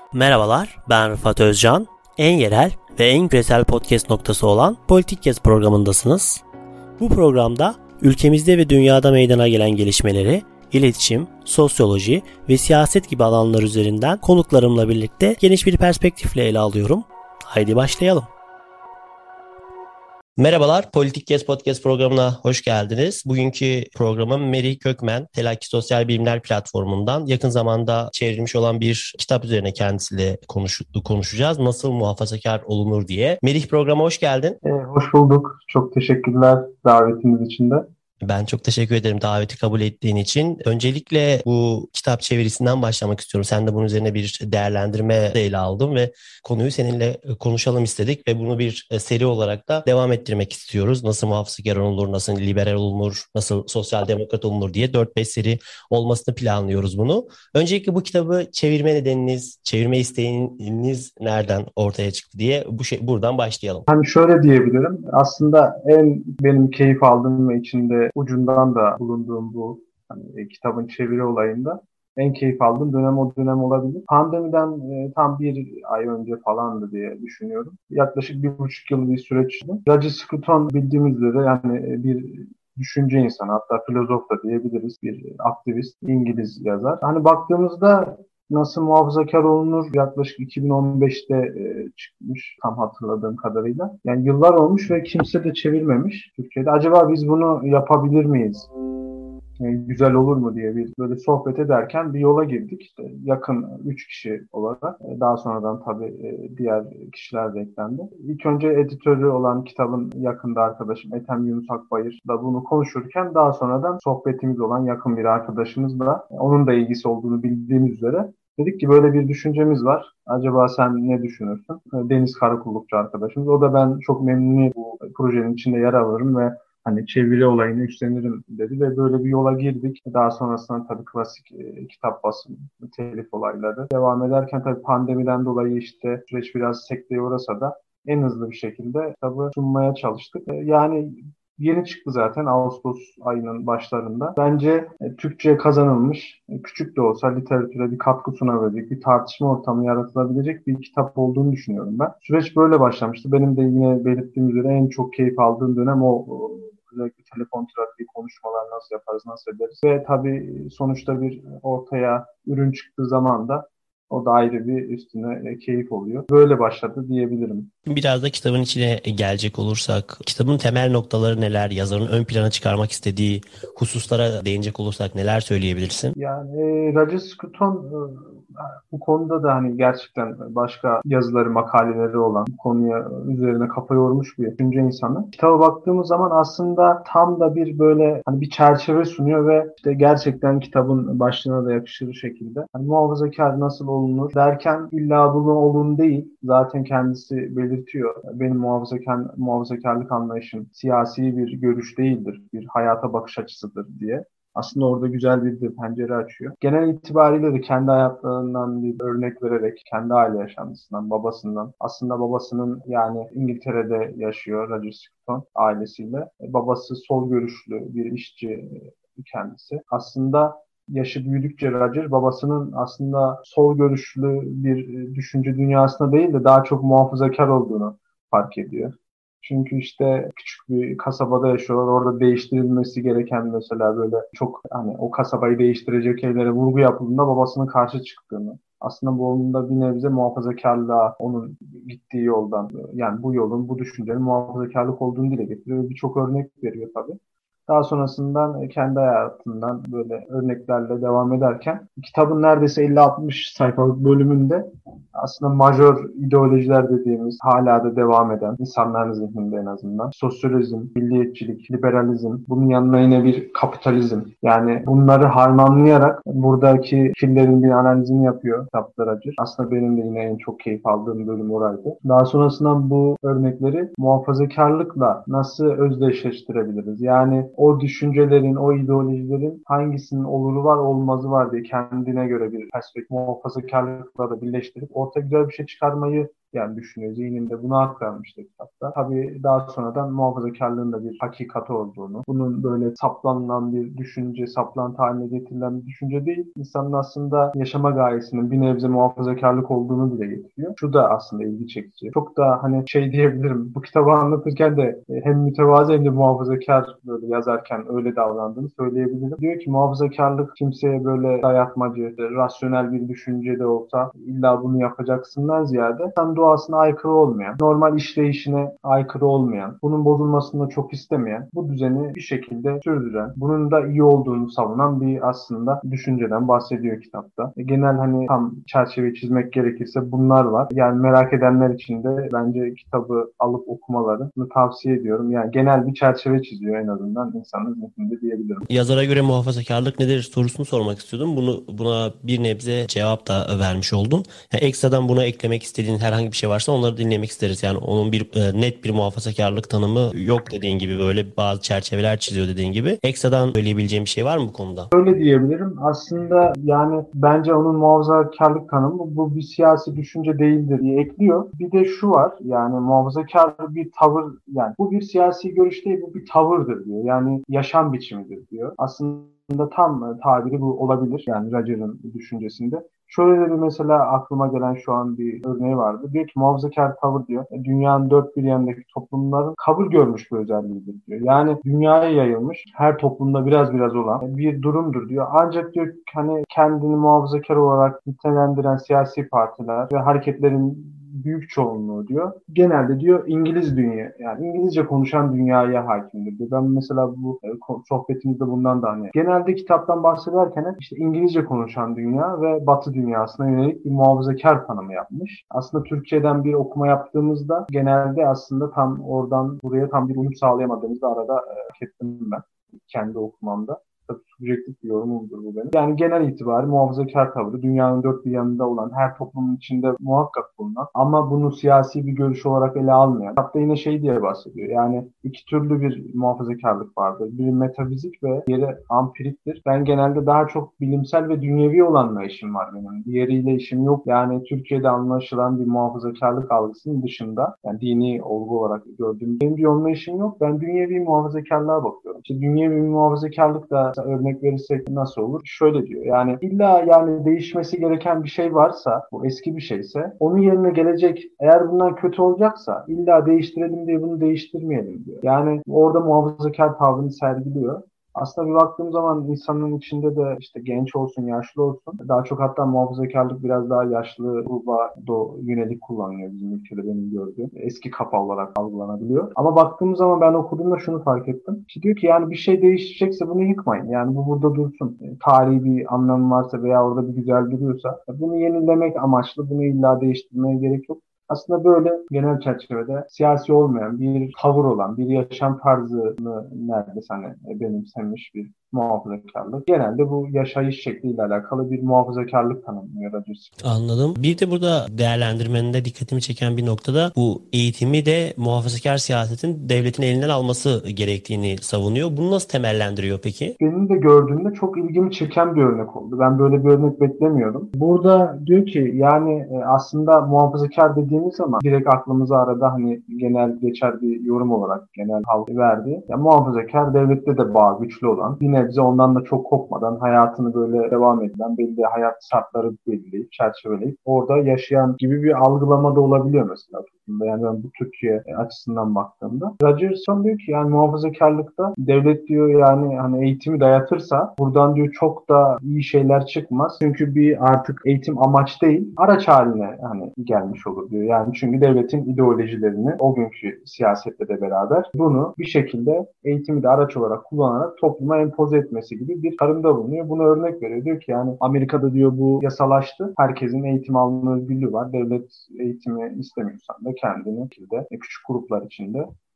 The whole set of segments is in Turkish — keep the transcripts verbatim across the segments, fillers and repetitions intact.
Merhabalar, ben Rıfat Özcan. En yerel ve en küresel podcast noktası olan Politikez programındasınız. Bu programda ülkemizde ve dünyada meydana gelen gelişmeleri, iletişim, sosyoloji ve siyaset gibi alanlar üzerinden konuklarımla birlikte geniş bir perspektifle ele alıyorum. Haydi başlayalım. Merhabalar, Politikez Podcast programına hoş geldiniz. Bugünkü programım Merih Kökmen, Telakki Sosyal Bilimler platformundan yakın zamanda çevrilmiş olan bir kitap üzerine kendisiyle konuş, konuşacağız. Nasıl muhafazakar olunur diye. Merih, programa hoş geldin. E, hoş bulduk. Çok teşekkürler davetiniz için de. Ben çok teşekkür ederim daveti kabul ettiğin için. Öncelikle bu kitap çevirisinden başlamak istiyorum. Sen de bunun üzerine bir değerlendirme de ele aldın ve konuyu seninle konuşalım istedik ve bunu bir seri olarak da devam ettirmek istiyoruz. Nasıl muhafazakar olunur, nasıl liberal olunur, nasıl sosyal demokrat olunur diye dört beş seri olmasını planlıyoruz bunu. Öncelikle bu kitabı çevirme nedeniniz, çevirme isteğiniz nereden ortaya çıktı diye bu şey buradan başlayalım. Hani şöyle diyebilirim. Aslında en benim keyif aldığım ve içinde ucundan da bulunduğum bu hani, e, kitabın çeviri olayında en keyif aldığım dönem o dönem olabilir. Pandemiden e, tam bir ay önce falandı diye düşünüyorum. Yaklaşık bir buçuk yıl bir süreçti. Roger Scruton bildiğimiz üzere yani e, bir düşünce insanı, hatta filozof da diyebiliriz, bir aktivist, İngiliz yazar. Hani baktığımızda Nasıl Muhafazakar Olunur yaklaşık iki bin on beşte e, çıkmış tam hatırladığım kadarıyla. Yani yıllar olmuş ve kimse de çevirmemiş Türkiye'de. Acaba biz bunu yapabilir miyiz? E, güzel olur mu diye bir böyle sohbet ederken bir yola girdik. İşte yakın üç kişi olarak. E, daha sonradan tabii e, diğer kişiler de eklendi. İlk önce editörü olan kitabın yakında arkadaşım Ethem Yunus Akbayır da bunu konuşurken daha sonradan sohbetimiz olan yakın bir arkadaşımız da onun da ilgisi olduğunu bildiğimiz üzere dedik ki böyle bir düşüncemiz var. Acaba sen ne düşünürsün? E, Deniz Karakullukçu arkadaşımız. O da ben çok memnunum bu projenin içinde yer alırım ve hani çeviri olayını üstlenirim dedi ve böyle bir yola girdik. Daha sonrasında tabii klasik e, kitap basımı, telif olayları devam ederken tabii pandemiden dolayı işte süreç biraz sekteye uğrasa da en hızlı bir şekilde kitabı sunmaya çalıştık. E, yani yeni çıktı zaten Ağustos ayının başlarında. Bence e, Türkçe kazanılmış, e, küçük de olsa literatüre bir katkı sunabilecek, bir tartışma ortamı yaratılabilecek bir kitap olduğunu düşünüyorum ben. Süreç böyle başlamıştı. Benim de yine belirttiğim üzere en çok keyif aldığım dönem o. o Özellikle telefon trafiği, konuşmalar nasıl yaparız, nasıl ederiz. Ve tabii sonuçta bir ortaya ürün çıktığı zaman da o da ayrı bir üstüne e, keyif oluyor. Böyle başladı diyebilirim. Biraz da kitabın içine gelecek olursak, kitabın temel noktaları neler, yazarın ön plana çıkarmak istediği hususlara değinecek olursak neler söyleyebilirsin? Yani e, Roger Scruton e, bu konuda da hani gerçekten başka yazıları, makaleleri olan bu konuya üzerine kafa yormuş bir düşünce insanı. Kitaba baktığımız zaman aslında tam da bir böyle hani bir çerçeve sunuyor ve işte gerçekten kitabın başlığına da yakışır şekilde hani muhafazakar nasıl olunur derken illa bunu olun değil. Zaten kendisi belirtiyor. Benim muhafazakar, muhafazakarlık anlayışım siyasi bir görüş değildir. Bir hayata bakış açısıdır diye. Aslında orada güzel bir de pencere açıyor. Genel itibariyle de kendi hayatlarından bir örnek vererek, kendi aile yaşantısından, babasından. Aslında babasının yani İngiltere'de yaşıyor Roger Scruton ailesiyle. E, Babası sol görüşlü bir işçi e, kendisi. Aslında yaşı büyüdükçe Roger babasının aslında sol görüşlü bir e, düşünce dünyasında değil de daha çok muhafazakar olduğunu fark ediyor. Çünkü işte küçük bir kasabada yaşıyorlar. Orada değiştirilmesi gereken mesela böyle çok hani o kasabayı değiştirecek şeylere vurgu yapıldığında babasının karşı çıktığını. Aslında bu onun da bir nebze muhafazakarlığa, onun gittiği yoldan yani bu yolun, bu düşüncenin muhafazakarlık olduğunu dile getiriyor. Ve birçok örnek veriyor tabii. Daha sonrasından kendi hayatından böyle örneklerle devam ederken kitabın neredeyse elli altmış sayfalık bölümünde aslında majör ideolojiler dediğimiz hala da devam eden insanların zihninde en azından sosyalizm, milliyetçilik, liberalizm, bunun yanına yine bir kapitalizm. Yani bunları harmanlayarak buradaki fikirlerin bir analizini yapıyor kitaplar Acır. Aslında benim de yine en çok keyif aldığım bölüm oraydı. Daha sonrasında bu örnekleri muhafazakarlıkla nasıl özdeşleştirebiliriz? Yani o düşüncelerin, o ideolojilerin hangisinin oluru var, olmazı var diye kendine göre bir perspektif muhafazakarlıkla da birleştirip ortaya güzel bir şey çıkarmayı yani düşünüyor. Zihninde bunu aktarmıştı kitapta. Tabii daha sonradan muhafazakarlığın da bir hakikati olduğunu, bunun böyle saplanılan bir düşünce, saplantı haline getirilen bir düşünce değil, insanın aslında yaşama gayesinin bir nebze muhafazakarlık olduğunu dile getiriyor. Şu da aslında ilgi çekici. Çok da hani şey diyebilirim, bu kitabı anlatırken de hem mütevazi hem de muhafazakar böyle yazarken öyle davrandığını söyleyebilirim. Diyor ki muhafazakarlık kimseye böyle dayatmacı, rasyonel bir düşünce de olsa illa bunu yapacaksından ziyade sen doğasına aykırı olmayan, normal işleyişine aykırı olmayan, bunun bozulmasını da çok istemeyen, bu düzeni bir şekilde sürdüren, bunun da iyi olduğunu savunan bir aslında düşünceden bahsediyor kitapta. E, genel hani tam çerçeve çizmek gerekirse bunlar var. Yani merak edenler için de bence kitabı alıp okumalarını tavsiye ediyorum. Yani genel bir çerçeve çiziyor en azından insanın zihninde diyebilirim. Yazara göre muhafazakarlık nedir sorusunu sormak istiyordum. Bunu buna bir nebze cevap da vermiş oldun. Yani ekstradan buna eklemek istediğin herhangi bir şey varsa onları dinlemek isteriz. Yani onun bir e, net bir muhafazakarlık tanımı yok dediğin gibi, böyle bazı çerçeveler çiziyor dediğin gibi. Ekstradan söyleyebileceğim bir şey var mı bu konuda? Öyle diyebilirim. Aslında yani bence onun muhafazakarlık tanımı bu bir siyasi düşünce değildir diye ekliyor. Bir de şu var, yani muhafazakar bir tavır, yani bu bir siyasi görüş değil, bu bir tavırdır diyor. Yani yaşam biçimidir diyor. Aslında tam tabiri bu olabilir yani Roger'ın düşüncesinde. Şöyle de bir mesela aklıma gelen şu an bir örneği vardı. Diyor ki muhafazakar tavır diyor, dünyanın dört bir yanındaki toplumların kabul görmüş bir özelliğidir diyor. Yani dünyaya yayılmış, her toplumda biraz biraz olan bir durumdur diyor. Ancak diyor hani kendini muhafazakar olarak nitelendiren siyasi partiler ve hareketlerin büyük çoğunluğu diyor. Genelde diyor İngiliz dünya, yani İngilizce konuşan dünyaya hakimdir diyor. Ben mesela bu e, sohbetimizde bundan da hani genelde kitaptan bahsederken hep işte İngilizce konuşan dünya ve Batı dünyasına yönelik bir muhafazakar tanımı yapmış. Aslında Türkçeden bir okuma yaptığımızda genelde aslında tam oradan buraya tam bir uyum sağlayamadığımızda arada e, ettim ben kendi okumamda. Tabii subjektif bir yorumumdur bu benim. Yani genel itibariyle muhafazakar tavrı dünyanın dört bir yanında olan, her toplumun içinde muhakkak bulunan ama bunu siyasi bir görüş olarak ele almayan. Hatta yine şey diye bahsediyor. Yani iki türlü bir muhafazakarlık vardır. Biri metafizik ve diğeri ampiriktir. Ben genelde daha çok bilimsel ve dünyevi olanla işim var benim. Diğeriyle işim yok. Yani Türkiye'de anlaşılan bir muhafazakarlık algısının dışında, yani dini olgu olarak gördüğüm benim bir onunla işim yok. Ben dünyevi muhafazakarlığa bakıyorum. İşte dünyevi muhafazakarlık da örnek verirsek nasıl olur? Şöyle diyor. Yani illa yani değişmesi gereken bir şey varsa, bu eski bir şeyse, onun yerine gelecek, eğer bundan kötü olacaksa illa değiştirelim diye bunu değiştirmeyelim diyor. Yani orada muhafazakar tavrını sergiliyor. Aslında bir baktığım zaman insanın içinde de işte genç olsun, yaşlı olsun, daha çok hatta muhafazakarlık biraz daha yaşlı gruba do yönelik kullanılıyor bizim ülkede benim gördüğüm. Eski kafa olarak algılanabiliyor. Ama baktığım zaman ben okuduğumda şunu fark ettim. İşte diyor ki yani bir şey değişecekse bunu yıkmayın. Yani bu burada dursun. Yani tarihi bir anlamı varsa veya orada bir güzel duruyorsa bunu yenilemek amaçlı, bunu illa değiştirmeye gerek yok. Aslında böyle genel çerçevede siyasi olmayan bir tavır olan, bir yaşam tarzını neredeyse hani benimsemiş bir muhafazakarlık. Genelde bu yaşayış şekliyle alakalı bir muhafazakarlık tanımlıyor Rodgers. Anladım. Bir de burada değerlendirmeninde dikkatimi çeken bir noktada bu eğitimi de muhafazakar siyasetin devletin elinden alması gerektiğini savunuyor. Bunu nasıl temellendiriyor peki? Benim de gördüğümde çok ilgimi çeken bir örnek oldu. Ben böyle bir örnek beklemiyordum. Burada diyor ki yani e, aslında muhafazakar dediğimiz zaman direkt aklımıza arada hani genel geçer bir yorum olarak genel halk verdi. Ya muhafazakar devlette de bağ güçlü olan, bir nebze ondan da çok kopmadan hayatını böyle devam edilen, belli hayat şartları belirleyip çerçeveleyip orada yaşayan gibi bir algılama da olabiliyor mesela. Yani ben bu Türkiye açısından baktığımda. Rogerson diyor ki yani muhafazakarlıkta devlet diyor yani hani eğitimi dayatırsa buradan diyor çok da iyi şeyler çıkmaz. Çünkü bir artık eğitim amaç değil, araç haline hani gelmiş olur diyor. Yani çünkü devletin ideolojilerini o günkü siyasetle de beraber bunu bir şekilde eğitimi de araç olarak kullanarak topluma empoze etmesi gibi bir karımda bulunuyor. Buna örnek veriyor. Diyor ki yani Amerika'da diyor bu yasalaştı. Herkesin eğitim alma özgürlüğü var. Devlet eğitimi istemiyorsan da kendini şekilde küçük gruplar içinde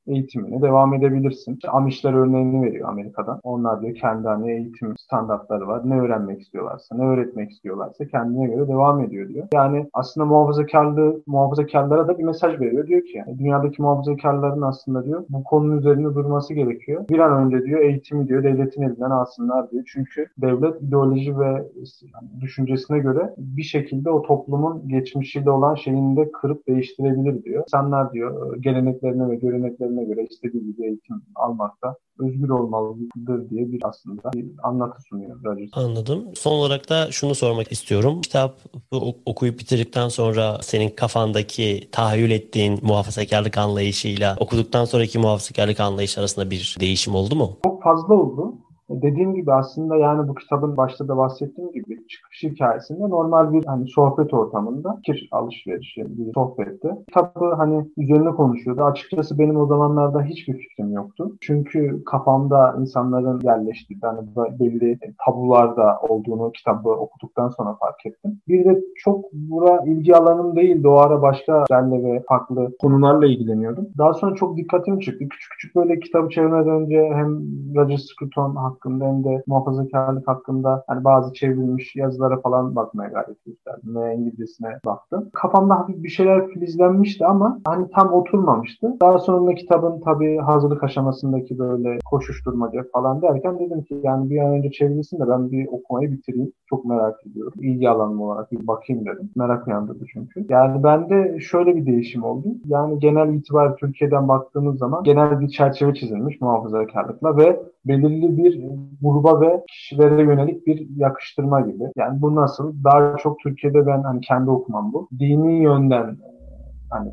eğitimine devam edebilirsin. İşte Amişler örneğini veriyor Amerika'dan. Onlar diyor kendi hani eğitim standartları var. Ne öğrenmek istiyorlarsa, ne öğretmek istiyorlarsa kendine göre devam ediyor diyor. Yani aslında muhafazakarlığı, muhafazakarlara da bir mesaj veriyor. Diyor ki yani dünyadaki muhafazakarların aslında diyor bu konunun üzerinde durması gerekiyor. Bir an önce diyor eğitimi diyor devletin elinden alsınlar diyor. Çünkü devlet ideoloji ve yani düşüncesine göre bir şekilde o toplumun geçmişiyle olan şeyini de kırıp değiştirebilir diyor. İnsanlar diyor geleneklerine ve göreneklerine göre istediği gibi eğitim almakta özgür olmalıdır diye bir aslında bir anlatı sunuyor Rogers. Anladım. Son olarak da şunu sormak istiyorum. Kitap okuyup bitirdikten sonra senin kafandaki tahayyül ettiğin muhafazakarlık anlayışıyla okuduktan sonraki muhafazakarlık anlayışı arasında bir değişim oldu mu? Çok fazla oldu. Dediğim gibi aslında yani bu kitabın başta da bahsettiğim gibi çıkış hikayesinde normal bir hani sohbet ortamında fikir alışverişi bir sohbette. Kitabı hani üzerine konuşuyordu. Açıkçası benim o zamanlarda hiçbir fikrim yoktu. Çünkü kafamda insanların yerleştiği hani belli tabularda olduğunu kitabı okuduktan sonra fark ettim. Bir de çok bura ilgi alanım değildi. O ara başka yerle ve farklı konularla ilgileniyordum. Daha sonra çok dikkatimi çıktı. Küçük küçük böyle kitabı çevirmeden önce hem Roger Scruton hakkında hem de muhafazakarlık hakkında hani bazı çevrilmiş yazılara falan bakmaya gayret gösterdim ve İngilizcesine baktım. Kafamda hafif bir şeyler filizlenmişti ama hani tam oturmamıştı. Daha sonra kitabın tabii hazırlık aşamasındaki böyle koşuşturmaca falan derken dedim ki yani bir an önce çevrilsin de ben bir okumayı bitireyim. Çok merak ediyorum. İlgi alanım olarak bir bakayım dedim. Merak uyandırdı çünkü. Yani bende şöyle bir değişim oldu. Yani genel itibariyle Türkiye'den baktığımız zaman genel bir çerçeve çizilmiş muhafazakarlıkla ve belirli bir gruba ve kişilere yönelik bir yakıştırma gibi. Yani bu nasıl? Daha çok Türkiye'de ben hani kendi okumam bu. Dini yönden hani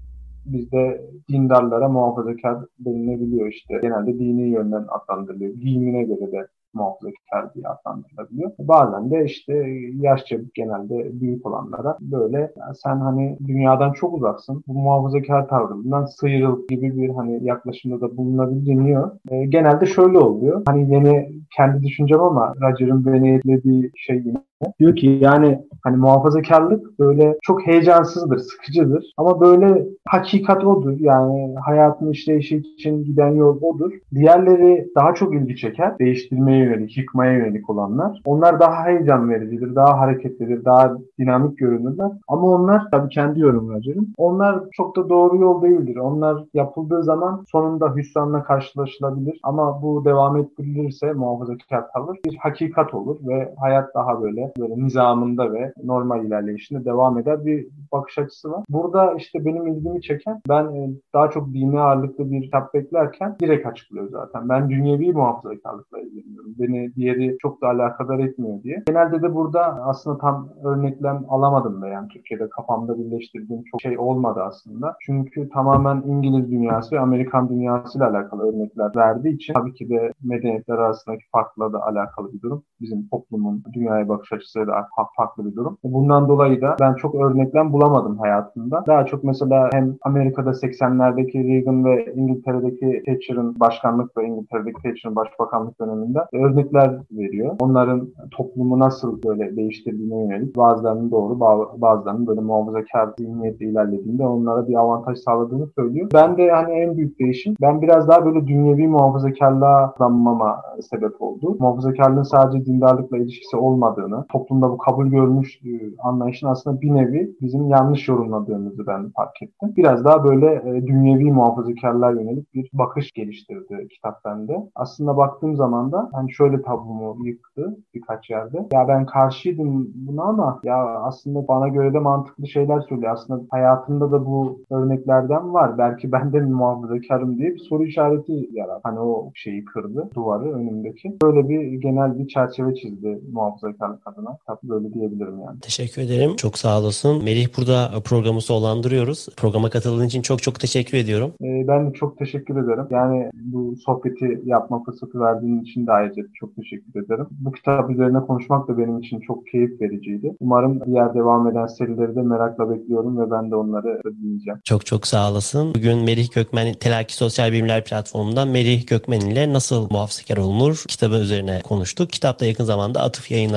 bizde dindarlara muhafazakar denilebiliyor işte. Genelde dini yönden adlandırılıyor. Giyimine göre de muhafazakar diye adlandırılabiliyor. Bazen de işte yaşça genelde büyük olanlara böyle yani sen hani dünyadan çok uzaksın. Bu muhafazakar tavrından sıyrıl gibi bir hani yaklaşımda da bulunabiliyor. E, genelde şöyle oluyor. Hani yeni kendi düşüncem ama Roger'ın beni etkilediği şey yine diyor ki yani hani muhafazakarlık böyle çok heyecansızdır, sıkıcıdır. Ama böyle hakikat odur. Yani hayatın işleyişi için giden yol odur. Diğerleri daha çok ilgi çeker. Değiştirmeye yönelik, yıkmaya yönelik olanlar. Onlar daha heyecan vericidir, daha hareketlidir, daha dinamik görünürler. Ama onlar tabii kendi yorumlarım. Onlar çok da doğru yol değildir. Onlar yapıldığı zaman sonunda hüsranla karşılaşılabilir. Ama bu devam ettirilirse muhafazakar tavır bir hakikat olur ve hayat daha böyle böyle nizamında ve normal ilerleyişinde devam eder bir bakış açısı var. Burada işte benim ilgimi çeken ben daha çok dini ağırlıklı bir kitap beklerken direkt açıklıyor zaten. Ben dünyevi muhafazakarlıkla ilgileniyorum. Beni diğeri çok da alakadar etmiyor diye. Genelde de burada aslında tam örneklem alamadım da yani Türkiye'de kafamda birleştirdiğim çok şey olmadı aslında. Çünkü tamamen İngiliz dünyası ve Amerikan dünyasıyla alakalı örnekler verdiği için tabii ki de medeniyetler arasındaki farkla da alakalı bir durum. Bizim toplumun dünyaya bakış açısı da farklı bir durum. Bundan dolayı da ben çok örneklem bulamadım hayatımda. Daha çok mesela hem Amerika'da seksenlerdeki Reagan ve İngiltere'deki Thatcher'ın başkanlık ve İngiltere'deki Thatcher'ın başbakanlık döneminde örnekler veriyor. Onların toplumu nasıl böyle değiştirdiğine yönelik bazılarının doğru bazılarının böyle muhafazakar zihniyetle ilerlediğinde onlara bir avantaj sağladığını söylüyor. Ben de hani en büyük değişim ben biraz daha böyle dünyevi muhafazakarlığa zanmama sebep oldu. Muhafazakarlığın sadece dindarlıkla ilişkisi olmadığını, toplumda bu kabul görmüş anlayışın aslında bir nevi bizim yanlış yorumladığımızı ben fark ettim. Biraz daha böyle e, dünyevi muhafazakarlığa yönelik bir bakış geliştirdi kitap bende. Aslında baktığım zaman da hani şöyle tablomu yıktı birkaç yerde. Ya ben karşıydım buna ama ya aslında bana göre de mantıklı şeyler söylüyor. Aslında hayatımda da bu örneklerden var. Belki ben de mi muhafazakarım diye bir soru işareti yarattı. Hani o şeyi kırdı, duvarı önümdeki. Böyle bir genel bir çerçeve çizdi muhafazakarlık adına. Tabii böyle diyebilirim yani. Teşekkür ederim. Çok sağ olasın. Melih, burada programı sonlandırıyoruz. Programa katıldığın için çok çok teşekkür ediyorum. Ee, ben de çok teşekkür ederim. Yani bu sohbeti yapma fırsatı verdiğin için de ayrıca çok teşekkür ederim. Bu kitap üzerine konuşmak da benim için çok keyif vericiydi. Umarım diğer devam eden serileri de merakla bekliyorum ve ben de onları dinleyeceğim. Çok çok sağ olasın. Bugün Melih Gökmen, Telakki Sosyal Bilimler Platformu'ndan Melih Gökmen ile Nasıl Muhafazakar Olunur kitabı üzerine konuştuk. Kitap da yakın zamanda Atıf Yayınları'ndan çıkıyor.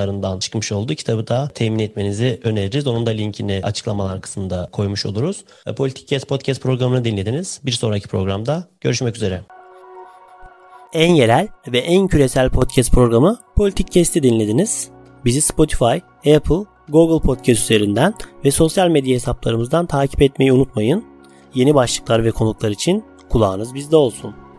çıkmış oldu. Kitabı da temin etmenizi öneririz. Onun da linkini açıklamalar kısmında koymuş oluruz. Politikcast podcast programını dinlediniz. Bir sonraki programda görüşmek üzere. En yerel ve en küresel podcast programı Politikcast'i dinlediniz. Bizi Spotify, Apple, Google Podcast üzerinden ve sosyal medya hesaplarımızdan takip etmeyi unutmayın. Yeni başlıklar ve konuklar için kulağınız bizde olsun.